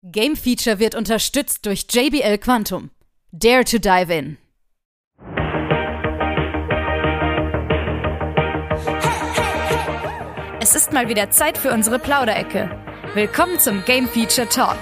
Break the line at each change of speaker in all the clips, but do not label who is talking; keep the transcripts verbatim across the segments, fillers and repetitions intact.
Game Feature wird unterstützt durch J B L Quantum. Dare to dive in. Es ist mal wieder Zeit für unsere Plauderecke. Willkommen zum Game Feature Talk.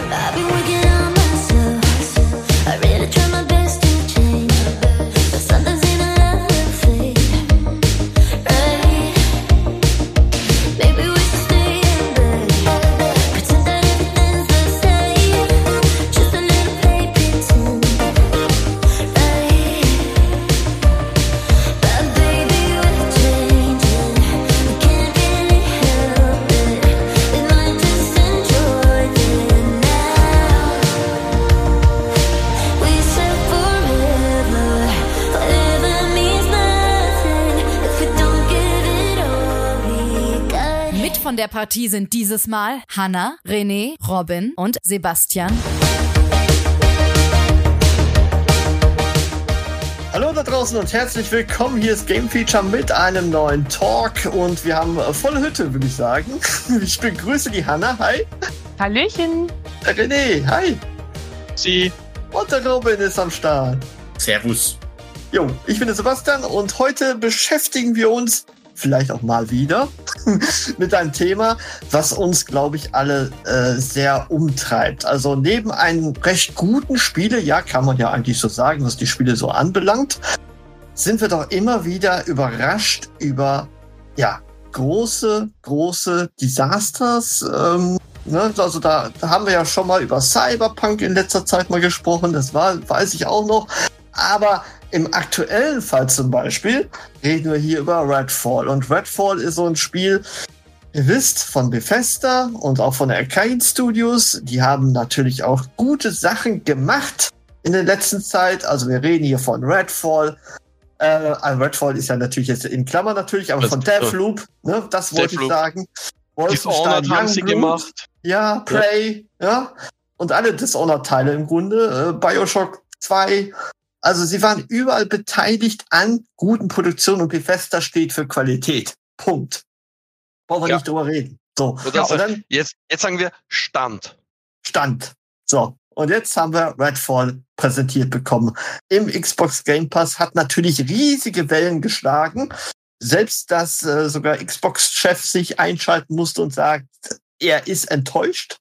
Von der Partie sind dieses Mal Hannah, René, Robin und Sebastian.
Hallo da draußen und herzlich willkommen. Hier ist Game Feature mit einem neuen Talk und wir haben volle Hütte, würde ich sagen. Ich begrüße die Hannah. Hi.
Hallöchen.
Der René. Hi.
Sie.
Und der Robin ist am Start.
Servus.
Jo, ich bin der Sebastian und heute beschäftigen wir uns vielleicht auch mal wieder mit einem Thema, was uns, glaube ich, alle äh, sehr umtreibt. Also neben einem recht guten Spiele, ja, kann man ja eigentlich so sagen, was die Spiele so anbelangt, sind wir doch immer wieder überrascht über, ja, große, große Disasters. Ähm, ne? Also da, da haben wir ja schon mal über Cyberpunk in letzter Zeit mal gesprochen, das war, weiß ich auch noch. Aber im aktuellen Fall zum Beispiel reden wir hier über Redfall. Und Redfall ist so ein Spiel, ihr wisst, von Bethesda und auch von der Arcane Studios. Die haben natürlich auch gute Sachen gemacht in der letzten Zeit. Also wir reden hier von Redfall. Äh, Redfall ist ja natürlich jetzt in Klammern natürlich, aber das von Deathloop, ne, das wollte ich sagen.
Dishonored haben sie gemacht.
Ja, Prey, ja. ja. Und alle Dishonored-Teile im Grunde. Äh, Bioshock zwei. Also sie waren überall beteiligt an guten Produktionen und Bethesda steht für Qualität. Punkt. Brauchen wir ja. nicht drüber reden. So.
Ja, und dann, jetzt, jetzt sagen wir Stand.
Stand. So. Und jetzt haben wir Redfall präsentiert bekommen. Im Xbox Game Pass hat natürlich riesige Wellen geschlagen. Selbst dass äh, sogar Xbox-Chef sich einschalten musste und sagt, er ist enttäuscht.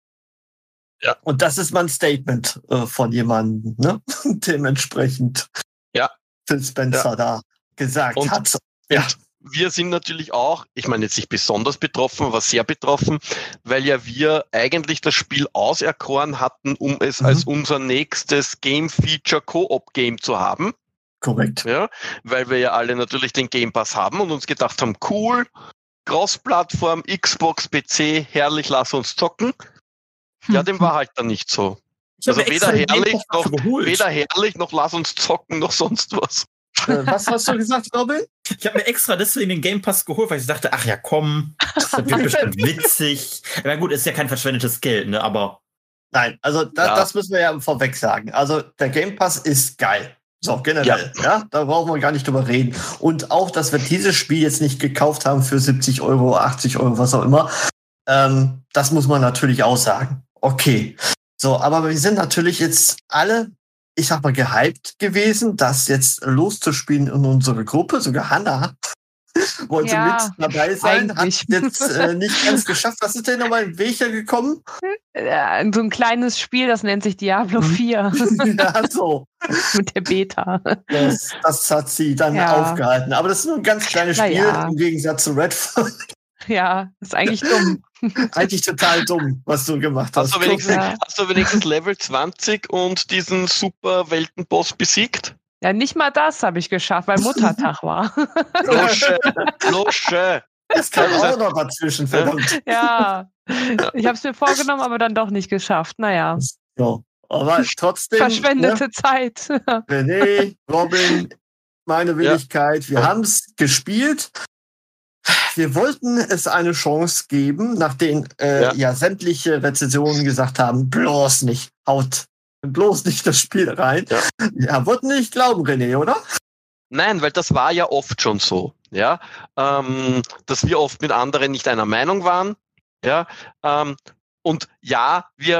Ja. Und das ist mal ein Statement äh, von jemandem, ne? Dementsprechend
ja.
Phil Spencer ja. da gesagt
und,
hat. Ja.
Und wir sind natürlich auch, ich meine jetzt nicht besonders betroffen, aber sehr betroffen, weil ja wir eigentlich das Spiel auserkoren hatten, um es mhm. als unser nächstes Game-Feature-Co-op-Game zu haben.
Korrekt.
Ja, weil wir ja alle natürlich den Game Pass haben und uns gedacht haben, cool, Cross-Plattform, Xbox, P C, herrlich, lass uns zocken. Ja, dem war halt dann nicht so. Also weder herrlich, noch, weder herrlich, noch lass uns zocken, noch sonst was.
Äh, was hast du gesagt, Robin?
Ich habe mir extra deswegen den Game Pass geholt, weil ich dachte, ach ja, komm, das wird bestimmt witzig. Na gut, ist ja kein verschwendetes Geld, ne, aber...
Nein, also das, ja. das müssen wir ja vorweg sagen. Also der Game Pass ist geil. So, generell, ja. ja, da brauchen wir gar nicht drüber reden. Und auch, dass wir dieses Spiel jetzt nicht gekauft haben für siebzig Euro, achtzig Euro, was auch immer, ähm, das muss man natürlich auch sagen. Okay, so, aber wir sind natürlich jetzt alle, ich sag mal, gehypt gewesen, das jetzt loszuspielen in unsere Gruppe. Sogar Hannah wollte
ja,
mit dabei sein,
eigentlich.
hat jetzt äh, nicht ganz geschafft. Was ist denn nochmal in welcher gekommen?
Ja, so ein kleines Spiel, das nennt sich Diablo vier.
Ja, so.
Mit der Beta.
Das, das hat sie dann
ja.
aufgehalten. Aber das ist nur ein ganz kleines Spiel,
ja.
im Gegensatz zu Redfall.
Ja, ist eigentlich dumm.
Eigentlich total dumm, was du gemacht hast.
Hast du wenigstens,
ja.
hast du wenigstens Level zwanzig und diesen super Weltenboss besiegt?
Ja, nicht mal das habe ich geschafft, weil Muttertag war.
Losche, Losche.
Es kam auch noch dazwischen, verdammt.
Ja, ich habe es mir vorgenommen, aber dann doch nicht geschafft. Naja.
So, aber trotzdem.
Verschwendete
ne?
Zeit.
René, Robin, meine Willigkeit, wir ja. haben es gespielt. Wir wollten es eine Chance geben, nachdem äh, ja. ja sämtliche Rezensionen gesagt haben, bloß nicht, haut bloß nicht das Spiel rein. Ja, ja wollten nicht glauben, René, oder?
Nein, weil das war ja oft schon so, ja, ähm, dass wir oft mit anderen nicht einer Meinung waren, ja, ähm, und ja, wir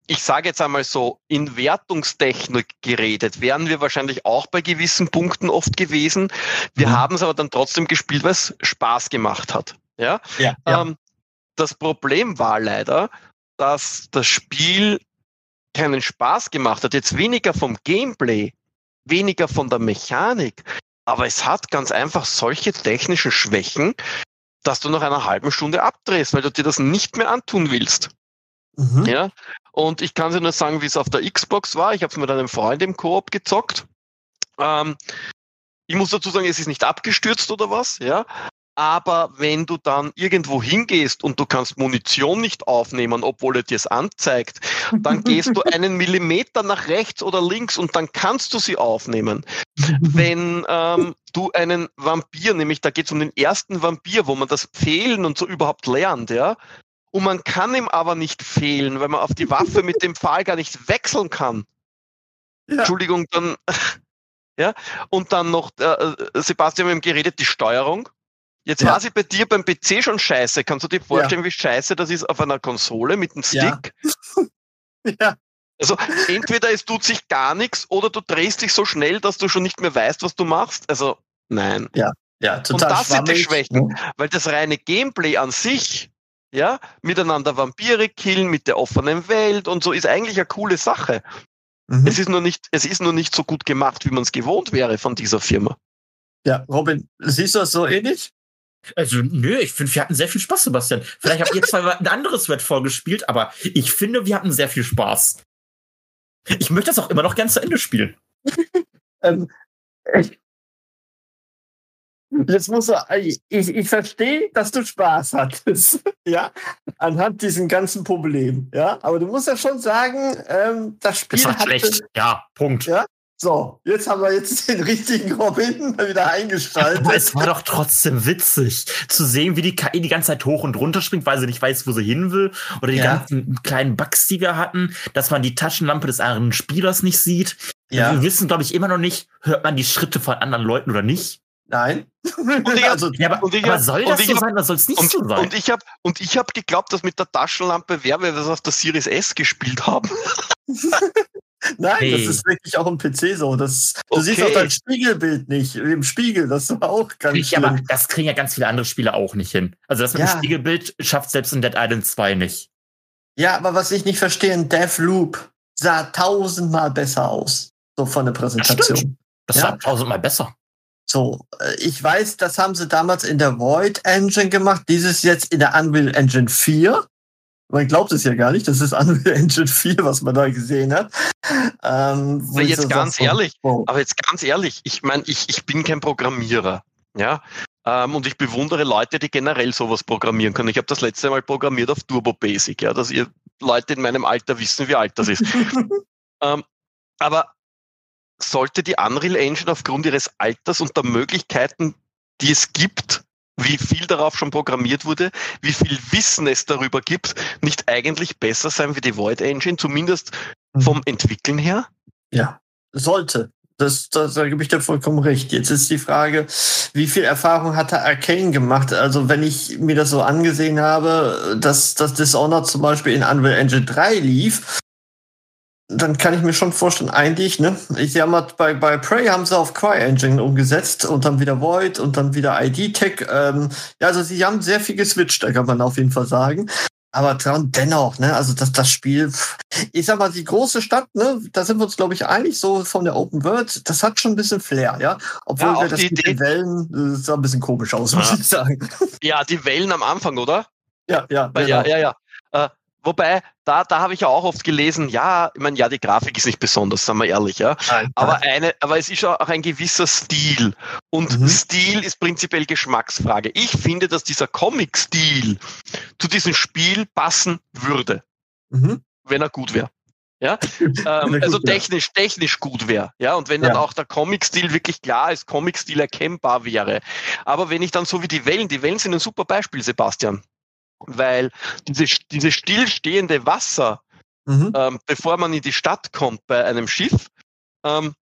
ich sage jetzt einmal so, in Wertungstechnik geredet, wären wir wahrscheinlich auch bei gewissen Punkten oft gewesen. Wir mhm. haben es aber dann trotzdem gespielt, weil es Spaß gemacht hat. Ja?
Ja, ja.
Ähm, das Problem war leider, dass das Spiel keinen Spaß gemacht hat. Jetzt weniger vom Gameplay, weniger von der Mechanik, aber es hat ganz einfach solche technischen Schwächen, dass du nach einer halben Stunde abdrehst, weil du dir das nicht mehr antun willst. Mhm. Ja? Und ich kann dir nur sagen, wie es auf der Xbox war. Ich habe es mit einem Freund im Koop gezockt. Ähm, ich muss dazu sagen, es ist nicht abgestürzt oder was, ja. Aber wenn du dann irgendwo hingehst und du kannst Munition nicht aufnehmen, obwohl er dir es anzeigt, dann gehst du einen Millimeter nach rechts oder links und dann kannst du sie aufnehmen. Wenn ähm, du einen Vampir, nämlich da geht es um den ersten Vampir, wo man das Fehlen und so überhaupt lernt, ja, und man kann ihm aber nicht fehlen, weil man auf die Waffe mit dem Pfahl gar nicht wechseln kann. Ja. Entschuldigung, dann, ja, und dann noch, äh, Sebastian, wir haben geredet, die Steuerung. Jetzt ja. war sie bei dir beim P C schon scheiße. Kannst du dir vorstellen, ja. wie scheiße das ist auf einer Konsole mit einem Stick?
Ja. ja.
Also entweder es tut sich gar nichts oder du drehst dich so schnell, dass du schon nicht mehr weißt, was du machst. Also nein.
Ja, ja, total.
Und das
schwammig.
sind die Schwächen,
Ja.
weil das reine Gameplay an sich, ja, miteinander Vampire killen, mit der offenen Welt und so, ist eigentlich eine coole Sache. Mhm. Es ist nur nicht, es ist nur nicht so gut gemacht, wie man es gewohnt wäre von dieser Firma.
Ja, Robin, siehst du das so ähnlich?
Also, nö, ich finde, wir hatten sehr viel Spaß, Sebastian. Vielleicht habt ihr zwei ein anderes Redfall gespielt, aber ich finde, wir hatten sehr viel Spaß. Ich möchte das auch immer noch gern zu Ende spielen.
ähm, ich, jetzt muss er, ich, ich verstehe, dass du Spaß hattest, ja, anhand diesen ganzen Problemen, ja, aber du musst ja schon sagen, ähm, das Spiel
das war
hatte,
schlecht, ja, Punkt.
Ja, so, jetzt haben wir jetzt den richtigen Robin wieder eingeschaltet.
Aber es war doch trotzdem witzig, zu sehen, wie die K I die ganze Zeit hoch und runter springt, weil sie nicht weiß, wo sie hin will. Oder die ja. ganzen kleinen Bugs, die wir hatten, dass man die Taschenlampe des anderen Spielers nicht sieht. Ja. Wir wissen, glaube ich, immer noch nicht, hört man die Schritte von anderen Leuten oder nicht.
Nein.
Und ich, also, ja, aber,
und ich, aber soll das so
hab,
sein oder soll es nicht
und,
so sein?
Und ich habe und ich hab geglaubt, dass mit der Taschenlampe wäre, weil wir das auf der Series S gespielt haben.
Nein,
nee.
Das ist wirklich auch im P C so. Das, du
okay.
siehst auch dein Spiegelbild nicht. Im Spiegel, das war auch ganz
ich,
schlimm.
Aber das kriegen ja ganz viele andere Spiele auch nicht hin. Also das mit
ja.
dem Spiegelbild schafft selbst in Dead Island zwei nicht.
Ja, aber was ich nicht verstehe, in Deathloop sah tausendmal besser aus. So von der Präsentation.
Das, das
ja?
war tausendmal besser.
So, ich weiß, das haben sie damals in der Void Engine gemacht. Dieses jetzt in der Unreal Engine vier. Man glaubt es ja gar nicht, das ist Unreal Engine vier, was man da gesehen hat. Ähm,
aber jetzt ganz so, ehrlich, wow. aber jetzt ganz ehrlich, ich meine, ich, ich bin kein Programmierer, ja, ähm, und ich bewundere Leute, die generell sowas programmieren können. Ich habe das letzte Mal programmiert auf Turbo Basic, ja, dass ihr Leute in meinem Alter wissen, wie alt das ist. ähm, aber sollte die Unreal Engine aufgrund ihres Alters und der Möglichkeiten, die es gibt, wie viel darauf schon programmiert wurde, wie viel Wissen es darüber gibt, nicht eigentlich besser sein wie die Void Engine, zumindest vom Entwickeln her?
Ja, sollte. Das, das, da gebe ich dir vollkommen recht. Jetzt ist die Frage, wie viel Erfahrung hat der Arcane gemacht? Also wenn ich mir das so angesehen habe, dass das Dishonored zum Beispiel in Unreal Engine drei lief, dann kann ich mir schon vorstellen, eigentlich, ne? Ich sag mal, bei, bei Prey haben sie auf CryEngine umgesetzt und dann wieder Void und dann wieder I D-Tech. Ähm, ja, also sie haben sehr viel geswitcht, da kann man auf jeden Fall sagen. Aber dran dennoch, ne? Also das, das Spiel, ich sag mal, die große Stadt, ne? Da sind wir uns, glaube ich, einig, so von der Open World, das hat schon ein bisschen Flair, ja? Obwohl
ja,
wir das
die
mit
Idee,
den Wellen, das sah ein bisschen komisch aus, muss
ja.
ich sagen.
Ja, die Wellen am Anfang, oder?
Ja, ja,
genau. ja, ja, ja. Äh, Wobei, da, da habe ich ja auch oft gelesen, ja, ich meine, ja, die Grafik ist nicht besonders, sagen wir ehrlich, ja. Nein, aber nein. eine, aber es ist auch ein gewisser Stil. Und mhm. Stil ist prinzipiell Geschmacksfrage. Ich finde, dass dieser Comic-Stil zu diesem Spiel passen würde, mhm. wenn er gut wäre. Ja, ähm, also gut, technisch, ja. technisch gut wäre, ja, und wenn dann ja. auch der Comic-Stil wirklich klar als Comic-Stil erkennbar wäre. Aber wenn ich dann so wie die Wellen, die Wellen sind ein super Beispiel, Sebastian. Weil diese, diese stillstehende Wasser, mhm. ähm, bevor man in die Stadt kommt bei einem Schiff, ähm,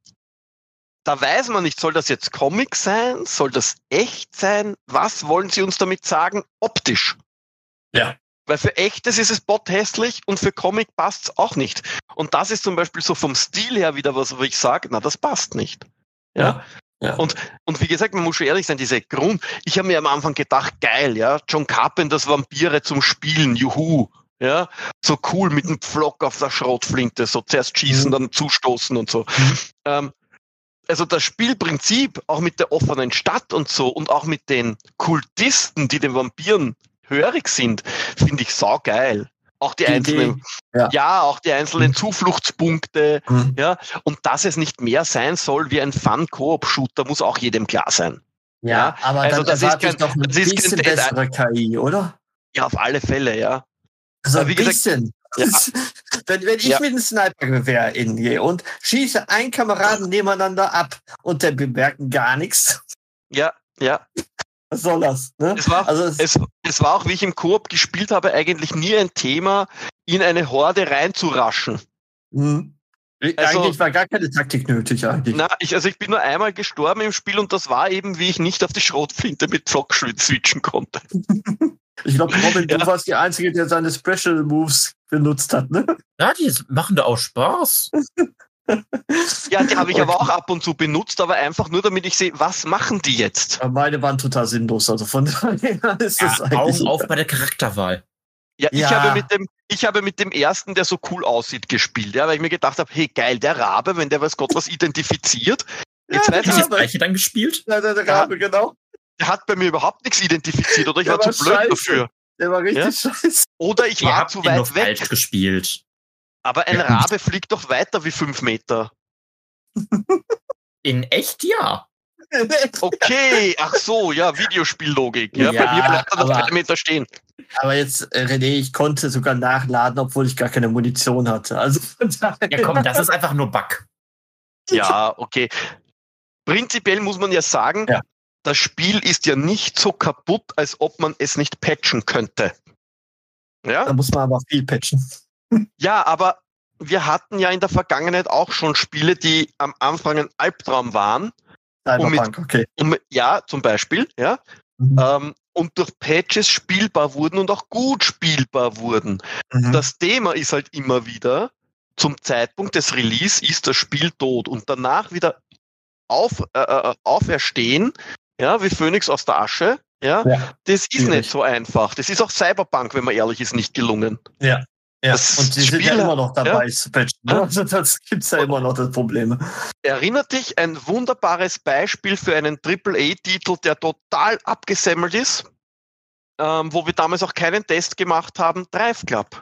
da weiß man nicht, soll das jetzt Comic sein? Soll das echt sein? Was wollen sie uns damit sagen? Optisch.
Ja.
Weil für echtes ist es botthässlich und für Comic passt's auch nicht. Und das ist zum Beispiel so vom Stil her wieder was, wo ich sage, na, das passt nicht. Ja.
Ja. Ja.
Und, und wie gesagt, man muss schon ehrlich sein, diese Grund, ich habe mir am Anfang gedacht, geil, ja, John Carpenters Vampire zum Spielen, juhu, ja, so cool mit dem Pflock auf der Schrotflinte, so zuerst schießen,
Mhm.
dann zustoßen und so.
Mhm.
Ähm, also das Spielprinzip, auch mit der offenen Stadt und so und auch mit den Kultisten, die den Vampiren hörig sind, finde ich saugeil. Auch die,
Die
einzelnen,
Idee, ja.
ja, auch die einzelnen
Mhm.
Zufluchtspunkte,
Mhm.
ja, und dass es nicht mehr sein soll wie ein Fun-Koop-Shooter, muss auch jedem klar sein.
Ja, aber
also
dann
das ist
erwarte ich
kein-
doch ein
das ist kein
bisschen
Dead-
bessere K I, oder?
Ja, auf alle Fälle, ja.
Also
Aber
ein
wie gesagt,
bisschen.
ja.
wenn, wenn ich
Ja.
mit einem Snipergewehr hingehe und schieße einen Kameraden nebeneinander ab und der bemerken gar nichts,
Ja, ja.
was soll das? Ne?
Es war,
Also es,
es, es war auch, wie ich im Koop gespielt habe, eigentlich nie ein Thema, in eine Horde reinzuraschen.
mh.
also-
eigentlich war gar keine Taktik nötig eigentlich.
Na, ich, also ich bin nur einmal gestorben im Spiel und das war eben, wie ich nicht auf die Schrotflinte mit Pflock switchen konnte.
Ich glaube, Robin,
Ja.
du warst die Einzige, der seine Special Moves benutzt hat, ne?
Ja, die machen da auch Spaß.
Ja, die habe ich
Okay.
aber auch ab und zu benutzt, aber einfach nur, damit ich sehe, was machen die jetzt?
Aber meine waren total sinnlos, also von daher ist
Ja,
das eigentlich.
Augen auf bei der Charakterwahl.
Ja, ich
Ja.
habe mit dem, ich habe mit dem ersten, der so cool aussieht, gespielt, ja, weil ich mir gedacht habe, hey geil, der Rabe, wenn der weiß Gott was identifiziert. Jetzt
Ja,
weiß
Hast
ich,
du
Ja.
das gleiche dann gespielt?
Ja, der, der Rabe, genau.
der hat bei mir überhaupt nichts identifiziert oder ich
Der
war
war
zu blöd
scheiße.
dafür.
Der war richtig scheiße.
Oder ich
Ihr
war
habt
zu
ihn nur
weit weg.
falsch gespielt.
Aber ein
Ja.
Rabe fliegt doch weiter wie fünf Meter.
In echt ja.
Okay, ach so, ja, Videospiellogik. Ja,
Ja,
bei mir bleibt er noch
aber-
drei Meter stehen.
Aber jetzt, äh, René, ich konnte sogar nachladen, obwohl ich gar keine Munition hatte. Also von daher-
Ja komm, das ist einfach nur Bug.
Ja, okay. Prinzipiell muss man ja sagen,
Ja.
das Spiel ist ja nicht so kaputt, als ob man es nicht patchen könnte. Ja?
Da muss man aber viel patchen.
Ja, aber wir hatten ja in der Vergangenheit auch schon Spiele, die am Anfang ein Albtraum waren.
Cyberpunk, okay.
Um, ja, zum Beispiel, ja.
Mhm.
Ähm, und durch Patches spielbar wurden und auch gut spielbar wurden.
Mhm.
Das Thema ist halt immer wieder, zum Zeitpunkt des Release ist das Spiel tot und danach wieder auf, äh, äh, auferstehen, ja, wie Phönix aus der Asche, ja,
Ja,
das ist
schwierig.
nicht so einfach. Das ist auch Cyberpunk, wenn man ehrlich ist, nicht gelungen.
ja.
das
Und sie sind ja
Spiel-
immer noch dabei
ja.
zu patchen.
Ja.
Also das gibt's ja immer noch, das Problem.
Erinnert dich ein wunderbares Beispiel für einen Triple A-Titel, der total abgesemmelt ist, ähm, wo wir damals auch keinen Test gemacht haben, Drive Club.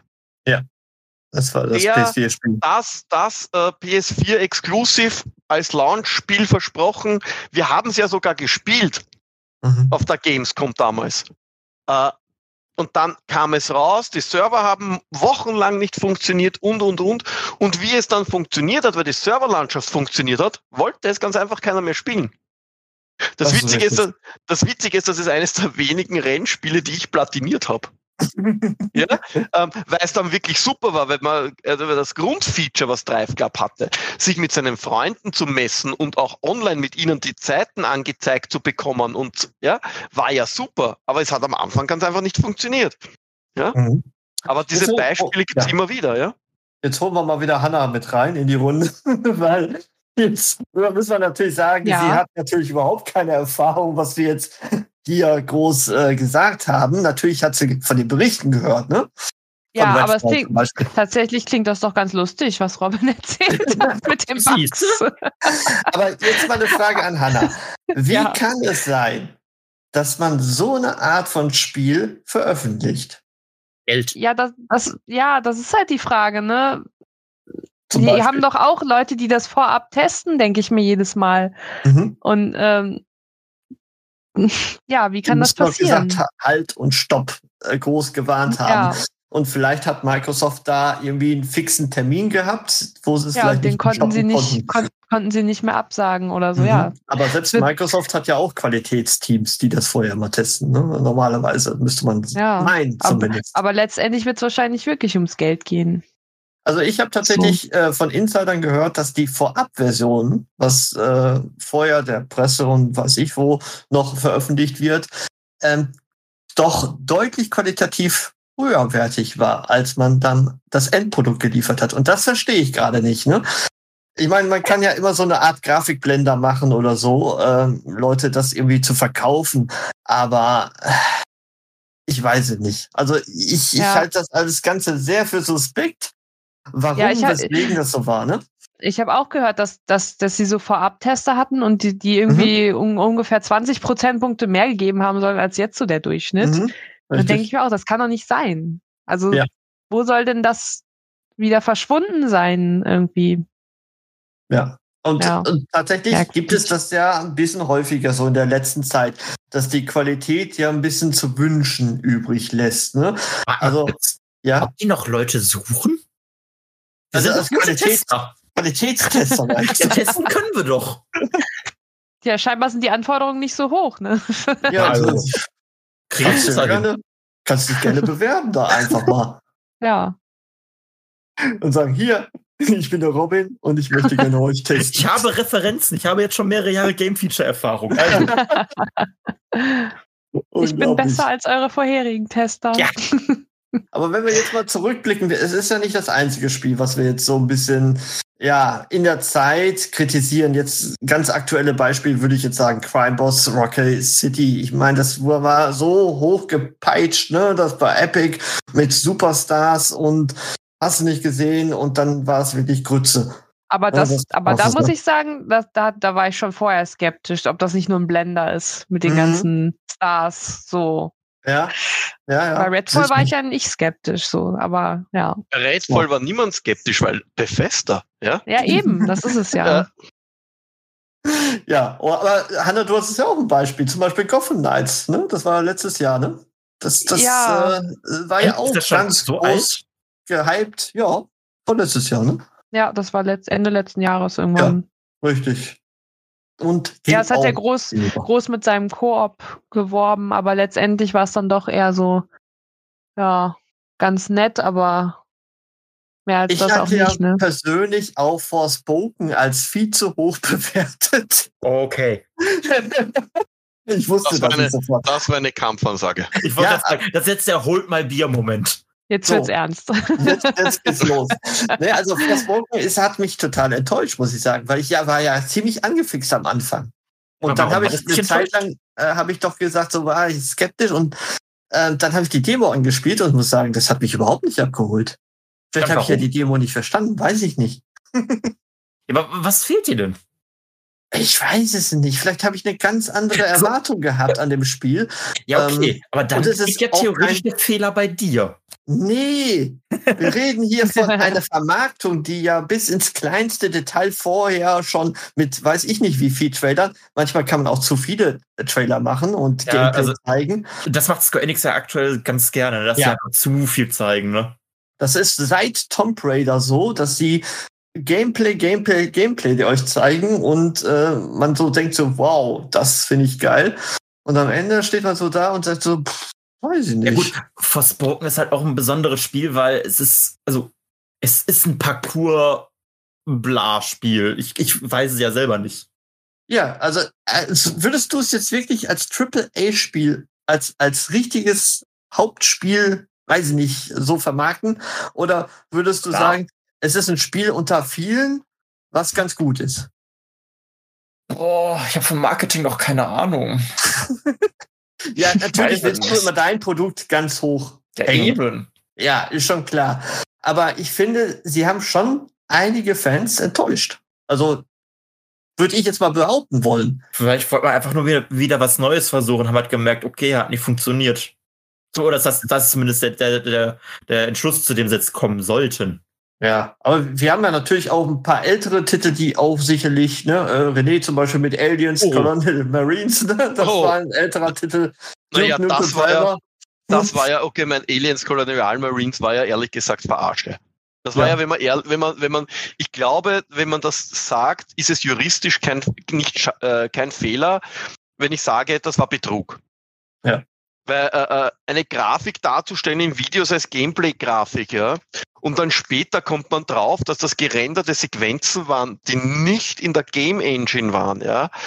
Das war das
Der-
P S vier Spiel.
Das, das äh, P S vier Exclusive als Launch-Spiel versprochen. Wir haben es ja sogar gespielt
Mhm.
auf der Gamescom damals. Äh, und dann kam es raus, die Server haben wochenlang nicht funktioniert und, und, und. Und wie es dann funktioniert hat, weil die Serverlandschaft funktioniert hat, wollte es ganz einfach keiner mehr spielen. Das,
Das ist
Witzige ist,
richtig.
das Witzige ist, das ist eines der wenigen Rennspiele, die ich platiniert habe. Ja, ähm, weil es dann wirklich super war, weil man also das Grundfeature, was Drive Club hatte, sich mit seinen Freunden zu messen und auch online mit ihnen die Zeiten angezeigt zu bekommen und ja, war ja super, aber es hat am Anfang ganz einfach nicht funktioniert.
Mhm.
Aber diese
Also,
Beispiele
oh,
gibt's
ja.
immer wieder, ja.
Jetzt holen wir mal wieder Hannah mit rein in die Runde, weil jetzt müssen wir natürlich sagen,
Ja.
sie hat natürlich überhaupt keine Erfahrung, was wir jetzt hier groß äh, gesagt haben. Natürlich hat sie von den Berichten gehört, ne?
Ja,
Von
aber es
Redfall
klingt,
zum Beispiel.
tatsächlich klingt das doch ganz lustig, was Robin erzählt hat mit dem
Siehst
Bugs.
Aber jetzt mal eine Frage an Hannah. Wie
Ja.
kann es sein, dass man so eine Art von Spiel veröffentlicht?
Geld.
Ja, das, das, ja, das ist halt die Frage, ne?
Zum
Die
Beispiel.
haben doch auch Leute, die das vorab testen, denke ich mir jedes Mal.
Mhm.
Und ähm, ja, wie kann
Die
das
müssen doch
passieren?
gesagt, Halt und Stopp äh, groß gewarnt haben.
Ja.
Und vielleicht hat Microsoft da irgendwie einen fixen Termin gehabt, wo sie es
Ja,
vielleicht
und den
nicht
konnten sie
stoppen
nicht,
konnten.
kon konnten sie nicht mehr absagen oder so,
Mhm.
ja.
Aber selbst
Wird-
Microsoft hat ja auch Qualitätsteams, die das vorher mal testen. Ne? Normalerweise müsste man
Ja,
meinen
aber-
zumindest.
Aber letztendlich wird es wahrscheinlich wirklich ums Geld gehen.
Also ich habe tatsächlich äh, von Insidern gehört, dass die Vorabversion, was äh, vorher der Presse und weiß ich wo noch veröffentlicht wird, ähm, doch deutlich qualitativ höherwertig war, als man dann das Endprodukt geliefert hat. Und das verstehe ich gerade nicht, ne? Ich meine, man kann ja immer so eine Art Grafikblender machen oder so, äh, Leute das irgendwie zu verkaufen, aber äh, ich weiß es nicht. Also ich,
Ja.
ich halte das alles Ganze sehr für suspekt. Warum,
Ja, ich hab-
weswegen das so war, ne?
Ich habe auch gehört, dass, dass, dass sie so Vorab-Tester hatten und die, die irgendwie un, ungefähr zwanzig Prozentpunkte mehr gegeben haben sollen als jetzt so der Durchschnitt.
Mhm.
Dann
Richtig.
denke ich mir auch, das kann doch nicht sein. Also,
Ja.
wo soll denn das wieder verschwunden sein irgendwie?
Ja. Und,
Ja.
und tatsächlich
Ja,
gibt es das ja ein bisschen häufiger so in der letzten Zeit, dass die Qualität ja ein bisschen zu wünschen übrig lässt. Ne? Also, ja.
Ob die noch Leute suchen? Wir
Also
sind
als
doch gute
Qualität-
Tester.
Qualitätstester. meinst
Ja,
du?
testen können wir doch.
Ja, scheinbar sind die Anforderungen nicht so hoch, ne?
Ja, also,
Also, kriegen
kannst,
wir
du
es hin.
gerne, kannst dich gerne bewerben da einfach mal
Ja.
und sagen, hier, ich bin der Robin und ich möchte gerne euch testen.
Ich habe Referenzen. Ich habe jetzt schon mehrere Jahre Game-Feature-Erfahrung. Also,
Ich bin
Unglaublich.
besser als eure vorherigen Tester.
Ja.
Aber wenn wir jetzt mal zurückblicken, es ist ja nicht das einzige Spiel, was wir jetzt so ein bisschen ja in der Zeit kritisieren. Jetzt ganz aktuelle Beispiel würde ich jetzt sagen, Crime Boss Rocket City. Ich meine, das war so hochgepeitscht, ne, das war Epic mit Superstars und hast du nicht gesehen und dann war es wirklich Grütze.
Aber,
Ja,
das,
das
aber
auch
da
so.
muss ich sagen, dass, da, da war ich schon vorher skeptisch, ob das nicht nur ein Blender ist mit den
Mhm.
ganzen Stars. So.
Ja, ja, ja.
Bei Redfall
Sicher.
war ich ja nicht skeptisch, so, aber ja.
Bei Redfall war niemand skeptisch, weil Bethesda, ja?
Ja, eben, das ist es ja.
Ja, oh, aber Hanna, du hast es ja auch ein Beispiel, zum Beispiel Gotham Knights, ne? Das war letztes Jahr, ne? Das, das
Ja.
äh, war ja
Ist
auch
das schon
ganz
so
groß gehypt. Ja, von letztes Jahr, ne?
Ja, das war letzt, Ende letzten Jahres irgendwann.
Richtig. Und
Ja, es hat ja
auch
groß,
weniger.
groß mit seinem Koop geworben, aber letztendlich war es dann doch eher so, ja, ganz nett, aber mehr als
Ich
das auch
hatte ja
nicht, ne?
persönlich auch Forspoken als viel zu hoch bewertet.
okay.
Ich wusste
Das
das,
war eine-
nicht sofort.
Das war eine Kampfansage.
Ich wollte
Ja,
gerade sagen, das ist jetzt der Holt mal Bier-Moment.
Jetzt
So.
wird's ernst.
Jetzt, jetzt geht's los. Ne, also Forspoken ist, hat mich total enttäuscht, muss ich sagen, weil ich ja war ja ziemlich angefixt am Anfang. Und
Aber
dann
warum
habe
war
ich
das nicht
eine Zeit lang äh, habe ich doch gesagt, so war ich skeptisch und äh, dann habe ich die Demo angespielt und muss sagen, das hat mich überhaupt nicht abgeholt. Vielleicht
Ja,
habe ich ja
warum?
die Demo nicht verstanden, weiß ich nicht.
Ja, aber was fehlt dir denn?
Ich weiß es nicht. Vielleicht habe ich eine ganz andere Erwartung gehabt an dem Spiel.
Ja, okay.
Ähm,
aber dann
und es ist
liegt ja
auch
theoretisch
kein-
der Fehler bei dir.
Nee, wir reden hier von einer Vermarktung, die ja bis ins kleinste Detail vorher schon mit weiß ich nicht wie viel Trailern, manchmal kann man auch zu viele Trailer machen und
Ja,
Gameplay
also-
zeigen.
Das macht Square Enix ja aktuell ganz gerne, dass
Ja.
sie einfach zu viel zeigen, ne?
Das ist seit Tomb Raider so, dass sie Gameplay, Gameplay, Gameplay die euch zeigen und äh, man so denkt so, wow, das finde ich geil. Und am Ende steht man so da und sagt so, pff, weiß ich nicht.
Ja gut, Forspoken ist halt auch ein besonderes Spiel, weil es ist, also, es ist ein Parcours-Bla-Spiel. Ich, ich weiß es ja selber nicht.
Ja, also äh, würdest du es jetzt wirklich als Triple A Spiel, als, als richtiges Hauptspiel, weiß ich nicht, so vermarkten? Oder würdest du
Ja.
sagen, es ist ein Spiel unter vielen, was ganz gut ist?
Boah, ich habe vom Marketing noch keine Ahnung.
Ja, natürlich
weiß
willst
es
du
nicht.
immer dein Produkt ganz hoch.
Ja,
hängen.
eben.
Ja, ist schon klar. Aber ich finde, sie haben schon einige Fans enttäuscht. Also würde ich jetzt mal behaupten wollen.
Vielleicht wollte man einfach nur wieder, wieder was Neues versuchen, haben halt gemerkt, okay, hat nicht funktioniert. So, oder das, das ist zumindest der, der, der, der Entschluss, zu dem sie jetzt kommen sollten.
Ja, aber wir haben ja natürlich auch ein paar ältere Titel, die auch sicherlich, ne, äh, René zum Beispiel mit Aliens,
Oh.
Colonial Marines, ne, das
Oh.
war ein älterer Titel.
Naja,
Duke
das
Nukem
war ja-
Forever.
Das war ja, okay, mein Aliens Colonial Marines war ja ehrlich gesagt Verarsche. Das war
Ja.
ja, wenn man, ehr- wenn man, wenn man, ich glaube, wenn man das sagt, ist es juristisch kein, nicht, scha- äh, kein Fehler, wenn ich sage, das war Betrug.
Ja.
Weil äh, äh, eine Grafik darzustellen in Videos als Gameplay-Grafik, ja, und dann später kommt man drauf, dass das gerenderte Sequenzen waren, die nicht in der Game Engine waren, ja.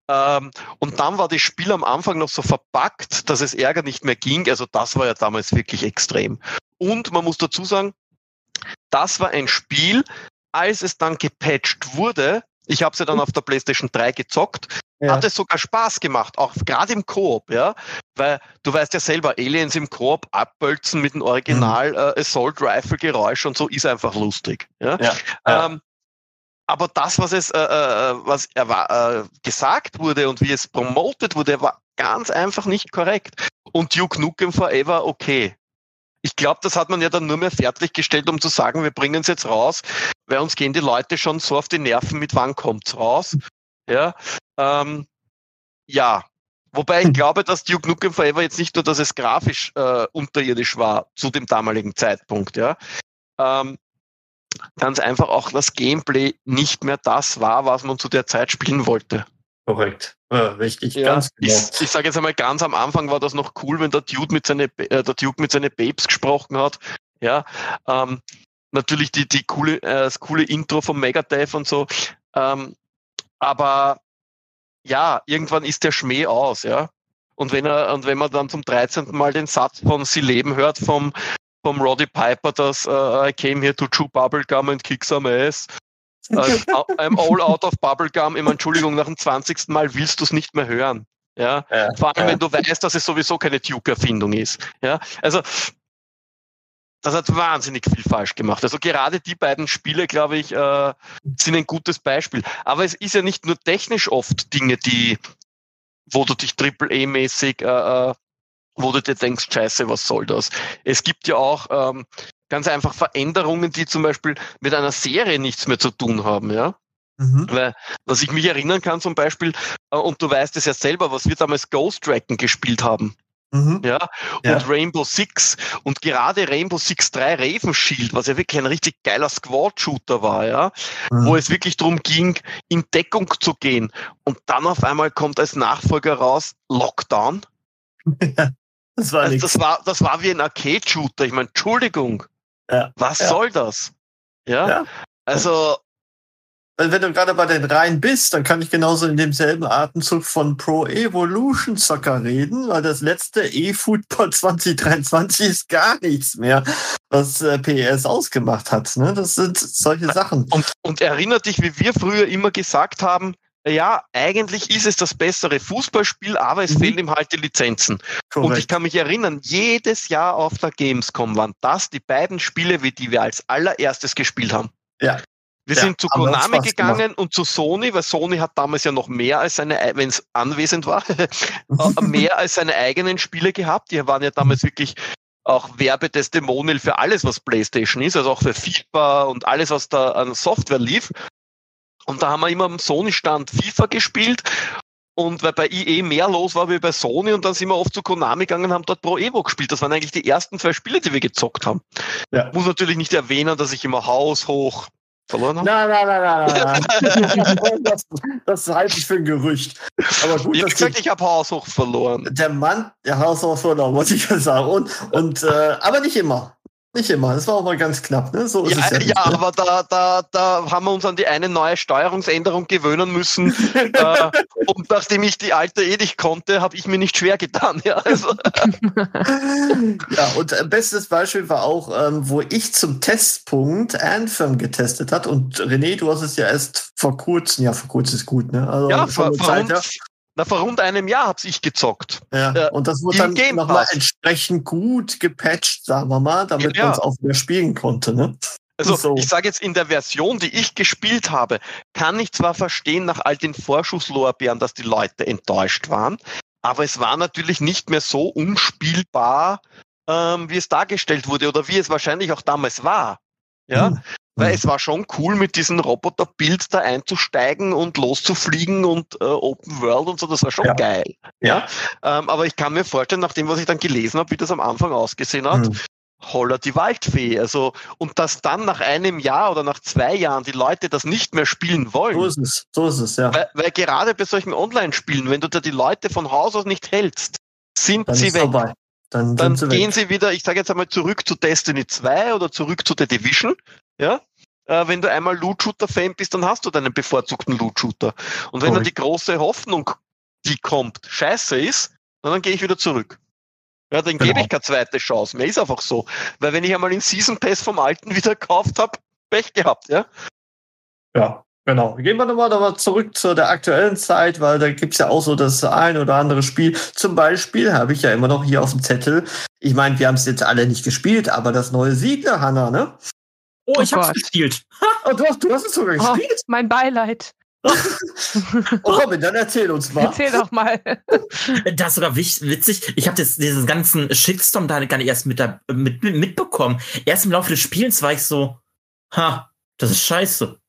Ähm, und dann war das Spiel am Anfang noch so verpackt, dass es Ärger nicht mehr ging. Also das war ja damals wirklich extrem. Und man muss dazu sagen, das war ein Spiel, als es dann gepatcht wurde, ich habe es ja dann auf der PlayStation drei gezockt, ja. hat es sogar Spaß gemacht, auch gerade im Koop, ja, weil du weißt ja selber, Aliens im Koop abbölzen mit dem Original mhm. äh, Assault Rifle Geräusch und so ist einfach lustig, ja. ja. Ähm, aber das, was es, äh, was äh, gesagt wurde und wie es promotet wurde, war ganz einfach nicht korrekt. Und Duke Nukem Forever, okay. Ich glaube, das hat man ja dann nur mehr fertiggestellt, um zu sagen, wir bringen es jetzt raus, weil uns gehen die Leute schon so auf die Nerven mit, wann kommt's raus. Ja, ähm, ja. Wobei ich glaube, dass Duke Nukem Forever jetzt nicht nur, dass es grafisch äh, unterirdisch war zu dem damaligen Zeitpunkt, ja. Ähm, ganz einfach auch das Gameplay nicht mehr das war, was man zu der Zeit spielen wollte.
Korrekt. Ja, richtig,
ja,
ganz genau.
Ich, ich sage jetzt einmal, ganz am Anfang war das noch cool, wenn der Dude mit seine, äh, der Duke mit seinen Babes gesprochen hat. Ja, ähm, natürlich die, die coole, äh, das coole Intro vom Megadev und so. Ähm, aber ja, irgendwann ist der Schmäh aus, ja. Und wenn er, und wenn man dann zum dreizehnten Mal den Satz von Sie leben hört vom, vom Roddy Piper, dass uh, I came here to chew bubblegum and kick some ass. I'm all out of bubblegum. Ich meine, Entschuldigung, nach dem zwanzigsten Mal willst du es nicht mehr hören. Ja? ja Vor allem, ja. wenn du weißt, dass es sowieso keine Duke-Erfindung ist. Ja? Also, das hat wahnsinnig viel falsch gemacht. Also gerade die beiden Spiele, glaube ich, äh, sind ein gutes Beispiel. Aber es ist ja nicht nur technisch oft Dinge, die, wo du dich Triple A-mäßig, äh, wo du dir denkst, scheiße, was soll das? Es gibt ja auch ähm, ganz einfach Veränderungen, die zum Beispiel mit einer Serie nichts mehr zu tun haben, ja. Mhm. Weil, was ich mich erinnern kann zum Beispiel, äh, und du weißt es ja selber, was wir damals Ghost Recon gespielt haben. Mhm. Ja, und ja. Rainbow Six und gerade Rainbow Six drei Raven Shield, was ja wirklich ein richtig geiler Squad-Shooter war, ja, mhm. wo es wirklich darum ging, in Deckung zu gehen. Und dann auf einmal kommt als Nachfolger raus Lockdown.
Ja, das war
also das war, das war wie ein Arcade-Shooter. Ich meine, Entschuldigung. Ja. Was ja. soll das? Ja, ja. also.
Wenn du gerade bei den Reihen bist, dann kann ich genauso in demselben Atemzug von Pro Evolution Soccer reden, weil das letzte eFootball zwanzig dreiundzwanzig ist gar nichts mehr, was äh, P S ausgemacht hat. Ne? Das sind solche Sachen.
Und, und erinnert dich, wie wir früher immer gesagt haben, ja, eigentlich ist es das bessere Fußballspiel, aber es mhm. fehlen ihm halt die Lizenzen. Correct. Und ich kann mich erinnern, jedes Jahr auf der Gamescom waren das die beiden Spiele, die wir als allererstes gespielt haben.
Ja.
Wir
ja,
sind zu Konami gegangen gemacht. Und zu Sony, weil Sony hat damals ja noch mehr als seine, wenn es anwesend war, mehr als seine eigenen Spiele gehabt. Die waren ja damals wirklich auch Werbetestimonial für alles, was PlayStation ist, also auch für FIFA und alles, was da an Software lief. Und da haben wir immer am Sony-Stand FIFA gespielt. Und weil bei E A mehr los war wie bei Sony, und dann sind wir oft zu Konami gegangen und haben dort Pro Evo gespielt. Das waren eigentlich die ersten zwei Spiele, die wir gezockt haben. Ja. Muss natürlich nicht erwähnen, dass ich immer haushoch verloren habe.
Nein, nein, nein, nein, nein. das, das halte ich für ein Gerücht. Aber gut,
ich habe gesagt, ich habe haushoch verloren.
Der Mann, der haushoch verloren, muss ich ja sagen. Und, und, äh, aber nicht immer. Nicht immer, das war auch mal ganz knapp, ne? So ist
ja,
es ja,
ja nicht, aber da, da, da haben wir uns an die eine neue Steuerungsänderung gewöhnen müssen. äh, und nachdem ich die alte eh nicht konnte, habe ich mir nicht schwer getan. Ja, also.
ja, und äh, bestes Beispiel war auch, ähm, wo ich zum Testpunkt Anthem getestet hat. Und René, du hast es ja erst vor kurzem, ja, vor kurzem ist gut, ne? Also
ja, vor, vor Zeit, ja. Na, vor rund einem Jahr hab's ich gezockt.
Ja, äh, und das wurde dann nochmal entsprechend gut gepatcht, sagen wir mal, damit ja, man es auch wieder spielen konnte. Ne?
Also so. Ich sage jetzt, in der Version, die ich gespielt habe, kann ich zwar verstehen nach all den Vorschusslorbeeren, dass die Leute enttäuscht waren, aber es war natürlich nicht mehr so unspielbar, ähm, wie es dargestellt wurde oder wie es wahrscheinlich auch damals war. Ja. Hm. Weil es war schon cool, mit diesen Roboter-Builds da einzusteigen und loszufliegen und äh, Open World und so, das war schon ja. geil. Ja. ja? Ähm, aber ich kann mir vorstellen, nach dem, was ich dann gelesen habe, wie das am Anfang ausgesehen hat, mhm. holla die Waldfee. Also, und dass dann nach einem Jahr oder nach zwei Jahren die Leute das nicht mehr spielen wollen.
So ist es, so ist es, ja.
Weil, weil gerade bei solchen Online-Spielen, wenn du da die Leute von Haus aus nicht hältst, sind
dann
sie weg.
Vorbei. Dann,
dann sie gehen weg. sie wieder, ich sage jetzt einmal, zurück zu Destiny zwei oder zurück zu The Division. Ja, äh, wenn du einmal Loot-Shooter-Fan bist, dann hast du deinen bevorzugten Loot-Shooter. Und wenn
Cool.
dann die große Hoffnung, die kommt, scheiße ist, dann, dann gehe ich wieder zurück. Ja, dann
Genau.
gebe ich keine zweite Chance mehr. Ist einfach so. Weil wenn ich einmal den Season Pass vom Alten wieder gekauft habe, Pech gehabt, ja.
Ja, genau. Gehen wir nochmal noch mal zurück zu der aktuellen Zeit, weil da gibt's ja auch so das ein oder andere Spiel. Zum Beispiel habe ich ja immer noch hier auf dem Zettel, ich meine, wir haben es jetzt alle nicht gespielt, aber das neue Siedler, Hanna, ne?
Oh, ich
Oh
hab's
Gott.
gespielt.
Oh, du, hast, du hast es sogar
Oh,
gespielt?
mein Beileid.
Oh, Robin, dann erzähl uns mal.
Erzähl doch mal.
Das ist sogar wich- witzig. Ich habe diesen ganzen Shitstorm da gar nicht erst mit, da, mit, mit mitbekommen. Erst im Laufe des Spielens war ich so, ha, das ist scheiße.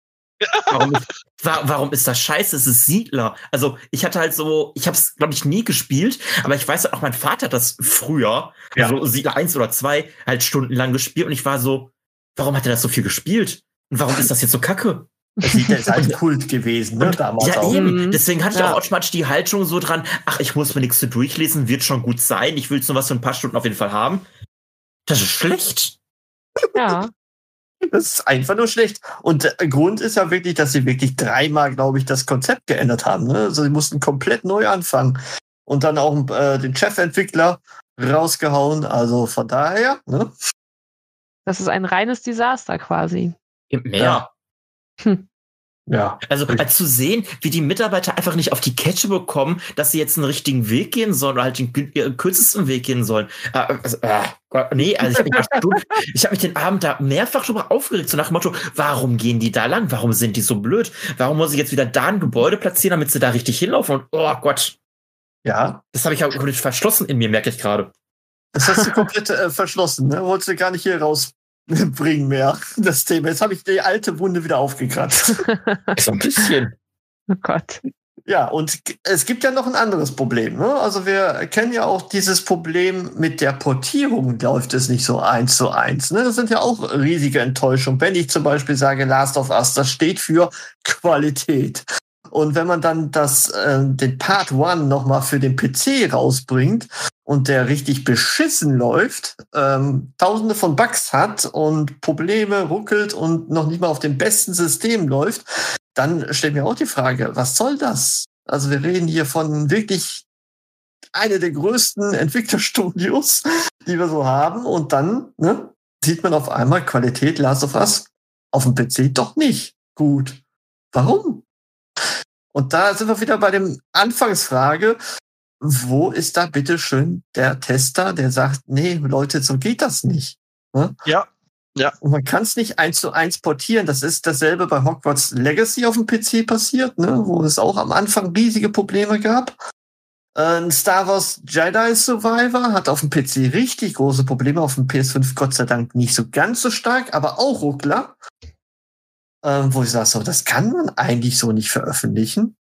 Warum ist, wa- warum ist das scheiße? Es ist Siedler. Also ich hatte halt so, ich habe es, glaube ich, nie gespielt, aber ich weiß auch, mein Vater hat das früher,
Ja.
also Siedler eins oder zwei, halt stundenlang gespielt und ich war so, warum hat er das so viel gespielt? Und warum ist das jetzt so kacke?
Das Siedler ist halt Kult gewesen, ne?
Und,
Damals
ja,
auch.
eben.
Mhm.
Deswegen hatte ich
Ja.
auch automatisch die Haltung so dran, ach, ich muss mir nichts zu durchlesen, wird schon gut sein. Ich will jetzt nur was für ein paar Stunden auf jeden Fall haben. Das ist schlecht.
Ja.
Das ist einfach nur schlecht. Und der Grund ist ja wirklich, dass sie wirklich dreimal, glaube ich, das Konzept geändert haben. Ne? Also sie mussten komplett neu anfangen. Und dann auch äh, den Chefentwickler rausgehauen. Also von daher, ne?
Das ist ein reines Desaster quasi.
Mehr.
Ja. Ja.
Also als zu sehen, wie die Mitarbeiter einfach nicht auf die Kette bekommen, dass sie jetzt einen richtigen Weg gehen sollen oder halt den kü- äh, kürzesten Weg gehen sollen. Äh, also, äh, Gott, nee, also ich habe mich, da Stunden- ich hab mich den Abend da mehrfach drüber aufgeregt, so nach dem Motto, warum gehen die da lang? Warum sind die so blöd? Warum muss ich jetzt wieder da ein Gebäude platzieren, damit sie da richtig hinlaufen? Und oh Gott,
Ja.
das habe ich auch komplett verschlossen in mir, merke ich gerade.
Das hast du komplett äh, verschlossen, ne? Wolltest du gar nicht hier rausbringen mehr, das Thema. Jetzt habe ich die alte Wunde wieder aufgekratzt.
So ein bisschen.
Oh Gott.
Ja, und g- es gibt ja noch ein anderes Problem. Ne? Also wir kennen ja auch dieses Problem mit der Portierung, läuft es nicht so eins zu eins. Ne? Das sind ja auch riesige Enttäuschungen. Wenn ich zum Beispiel sage, Last of Us, das steht für Qualität. Und wenn man dann das, äh, den Part One nochmal für den P C rausbringt und der richtig beschissen läuft, ähm, tausende von Bugs hat und Probleme ruckelt und noch nicht mal auf dem besten System läuft, dann stellt mir auch die Frage, was soll das? Also wir reden hier von wirklich einer der größten Entwicklerstudios, die wir so haben. Und dann ne, sieht man auf einmal Qualität Last of Us auf dem P C doch nicht gut. Warum? Und da sind wir wieder bei dem Anfangsfrage, wo ist da bitte schön der Tester, der sagt, nee, Leute, so geht das nicht. Ne?
Ja. Ja.
Und man kann es nicht eins zu eins portieren. Das ist dasselbe bei Hogwarts Legacy auf dem P C passiert, ne? Wo es auch am Anfang riesige Probleme gab. Äh, Star Wars Jedi Survivor hat auf dem P C richtig große Probleme, auf dem P S fünf Gott sei Dank nicht so ganz so stark, aber auch Ruckler. Ähm, wo ich sage, so, das kann man eigentlich so nicht veröffentlichen.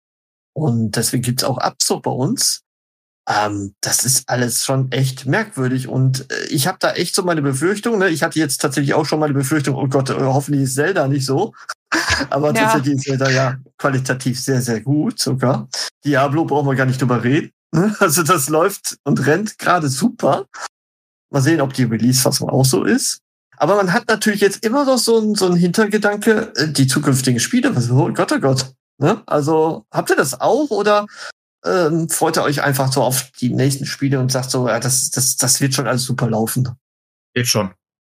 Und deswegen gibt's auch Abzug bei uns. Ähm, das ist alles schon echt merkwürdig. Und äh, ich habe da echt so meine Befürchtung. Ne? Ich hatte jetzt tatsächlich auch schon meine Befürchtung, oh Gott, äh, hoffentlich ist Zelda nicht so. Aber
Ja.
tatsächlich ist Zelda ja qualitativ sehr, sehr gut sogar. Diablo brauchen wir gar nicht drüber reden. Ne? Also das läuft und rennt gerade super. Mal sehen, ob die Release-Fassung auch so ist. Aber man hat natürlich jetzt immer noch so einen so einen Hintergedanke, äh, die zukünftigen Spiele, was, oh Gott, oh Gott. Ne? Also habt ihr das auch oder ähm, freut ihr euch einfach so auf die nächsten Spiele und sagt so, ja, das, das, das wird schon alles super laufen?
Geht schon.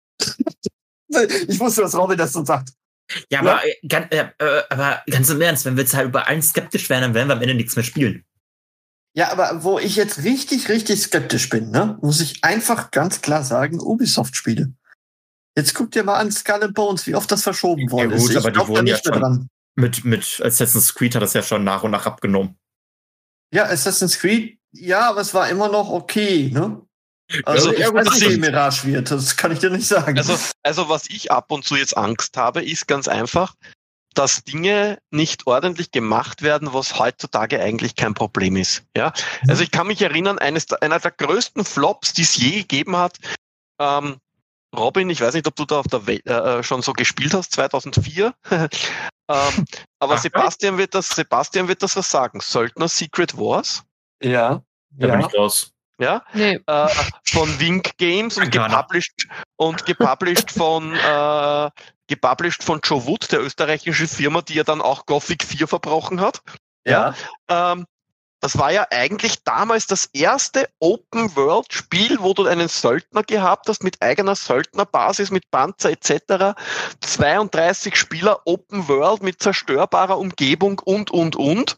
Ich wusste, dass Robin das so sagt.
Ja, aber, äh, ganz, äh, äh, aber ganz im Ernst, wenn wir jetzt halt über eins skeptisch wären, dann werden wir am Ende nichts mehr spielen.
Ja, aber wo ich jetzt richtig, richtig skeptisch bin, ne, muss ich einfach ganz klar sagen, Ubisoft-Spiele. Jetzt guck dir mal an Skull and Bones, wie oft das verschoben worden
Ja, gut,
ist. Ich
aber die
glaub da
wurden ja
nicht mehr
schon-
dran.
Mit, mit Assassin's Creed hat das ja schon nach und nach abgenommen.
Ja, Assassin's Creed, ja, aber es war immer noch okay, ne? Also,
Also,
ich
ja,
weiß
das
nicht, wie
ist-
Mirage wird, das kann ich dir nicht sagen.
Also, also was ich ab und zu jetzt Angst habe, ist ganz einfach, dass Dinge nicht ordentlich gemacht werden, was heutzutage eigentlich kein Problem ist. Ja, also ich kann mich erinnern, eines einer der größten Flops, die es je gegeben hat. Ähm, Robin, ich weiß nicht, ob du da auf der Welt äh, schon so gespielt hast, zweitausendvier. ähm, aber
Ach,
Sebastian wird das, Sebastian wird das was sagen. Söldner Secret Wars.
ja,
Da bin
ja.
ich raus.
Ja,
Nee.
äh, von Wink Games und gepublished und gepublished von äh, gepublished von Joe Wood, der österreichischen Firma, die ja dann auch Gothic vier verbrochen hat. Ja. ja ähm, das war ja eigentlich damals das erste Open-World-Spiel, wo du einen Söldner gehabt hast mit eigener Söldnerbasis, mit Panzer et cetera. zweiunddreißig Spieler Open-World mit zerstörbarer Umgebung und, und, und.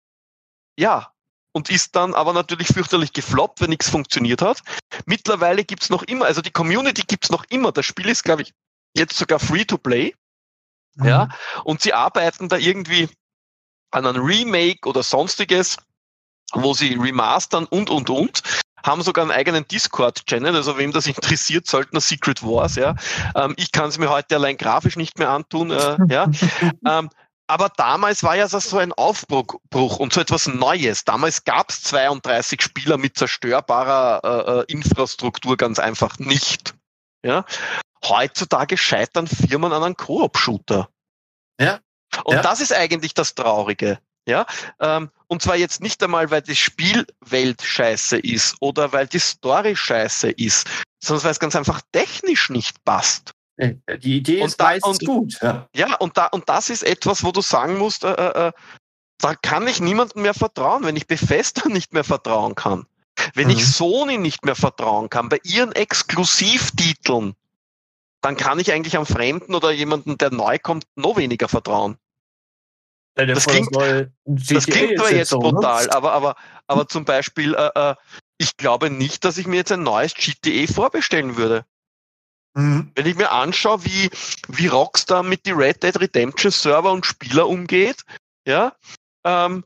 Ja. Und ist dann aber natürlich fürchterlich gefloppt, wenn nichts funktioniert hat. Mittlerweile gibt's noch immer, also die Community gibt's noch immer. Das Spiel ist, glaube ich, jetzt sogar Free-to-Play. Mhm. Ja. Und sie arbeiten da irgendwie an einem Remake oder sonstiges, wo sie remastern und, und, und. Haben sogar einen eigenen Discord-Channel, also wem das interessiert, Söldner Secret Wars, ja. Ähm, ich kann es mir heute allein grafisch nicht mehr antun, äh, ja. ähm, Aber damals war ja das so ein Aufbruch und so etwas Neues. Damals gab es zweiunddreißig Spieler mit zerstörbarer äh, Infrastruktur ganz einfach nicht. Ja? Heutzutage scheitern Firmen an einem Koop-Shooter.
Ja.
Und
ja.
das ist eigentlich das Traurige. Ja? Ähm, und zwar jetzt nicht einmal, weil die Spielwelt scheiße ist oder weil die Story scheiße ist, sondern weil es ganz einfach technisch nicht passt.
Die Idee ist meistens gut. Ja,
ja und, da, und das ist etwas, wo du sagen musst, äh, äh, da kann ich niemandem mehr vertrauen, wenn ich Bethesda nicht mehr vertrauen kann. Wenn mhm. ich Sony nicht mehr vertrauen kann, bei ihren Exklusivtiteln, dann kann ich eigentlich am Fremden oder jemanden, der neu kommt, noch weniger vertrauen.
Ja,
das, klingt, das klingt zwar jetzt so, brutal, ne? aber, aber, aber zum Beispiel, äh, äh, ich glaube nicht, dass ich mir jetzt ein neues G T A vorbestellen würde. Mhm. Wenn ich mir anschaue, wie, wie Rockstar mit die Red Dead Redemption Server und Spieler umgeht, ja, ähm,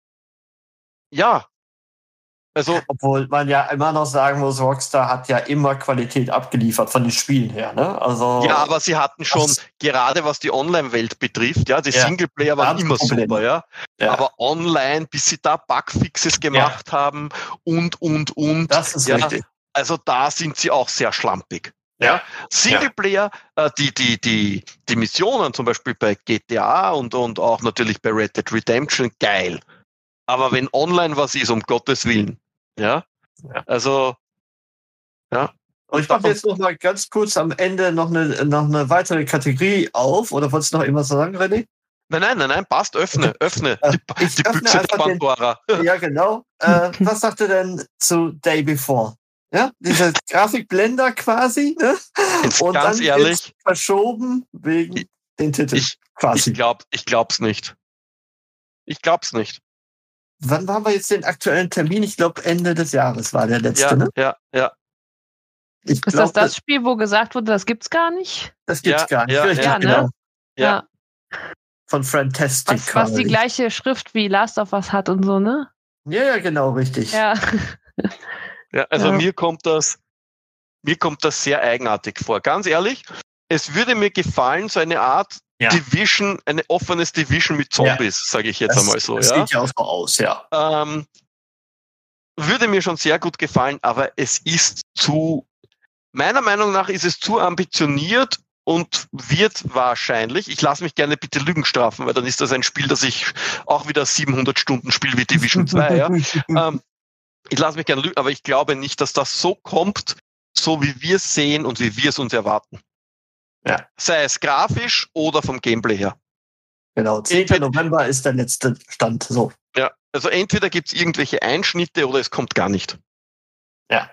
ja, also.
Obwohl man ja immer noch sagen muss, Rockstar hat ja immer Qualität abgeliefert von den Spielen her, ne? Also.
Ja, aber sie hatten schon, gerade was die Online-Welt betrifft, ja, die ja, Singleplayer waren immer Problem. super, ja? ja. Aber online, bis sie da Bugfixes gemacht ja. haben und, und, und.
Das ist
ja,
richtig.
Also da sind sie auch sehr schlampig. Ja, Singleplayer, ja. äh, die, die, die, die Missionen zum Beispiel bei G T A und, und auch natürlich bei Red Dead Redemption, geil. Aber wenn online was ist, um Gottes Willen, ja, ja. also, ja.
Und ich mache jetzt noch mal ganz kurz am Ende noch eine, noch eine weitere Kategorie auf, oder wolltest du noch immer sagen, René?
Nein, nein, nein, nein, passt, öffne, öffne.
Äh,
die
ich
die
öffne
Büchse der Pandora.
Den, ja, genau. Äh, was sagt ihr denn zu Day Before? Ja, dieser Grafikblender quasi, ne?
Jetzt
und
ganz
dann
ehrlich,
verschoben wegen ich, den Titeln
ich,
quasi.
Ich glaub, ich glaub's nicht. Ich glaub's nicht.
Wann haben wir jetzt den aktuellen Termin? Ich glaube Ende des Jahres war der letzte,
ja,
ne?
Ja, ja.
Ich ist glaub, das das Spiel, wo gesagt wurde, das gibt's gar nicht?
Das gibt's
ja,
gar nicht.
Ja, ja,
genau.
Ne?
Ja.
Von Fantastic.
Was, was die gleiche Schrift wie Last of Us hat und so, ne?
Ja, ja, genau, richtig.
Ja.
Ja, also
ja.
mir kommt das, mir kommt das sehr eigenartig vor. Ganz ehrlich, es würde mir gefallen, so eine Art ja. Division, ein offenes Division mit Zombies, ja. sage ich jetzt
das,
einmal so.
Das
ja.
sieht ja auch so aus, ja.
Ähm, würde mir schon sehr gut gefallen, aber es ist zu, meiner Meinung nach ist es zu ambitioniert und wird wahrscheinlich, ich lasse mich gerne bitte Lügen strafen, weil dann ist das ein Spiel, das ich auch wieder siebenhundert Stunden spiele wie Division zwei, ja. ähm, Ich lasse mich gerne lügen, aber ich glaube nicht, dass das so kommt, so wie wir es sehen und wie wir es uns erwarten.
Ja.
Sei es grafisch oder vom Gameplay her.
Genau, zehnten November ist der letzte Stand. So.
Ja, also entweder gibt es irgendwelche Einschnitte oder es kommt gar nicht.
Ja.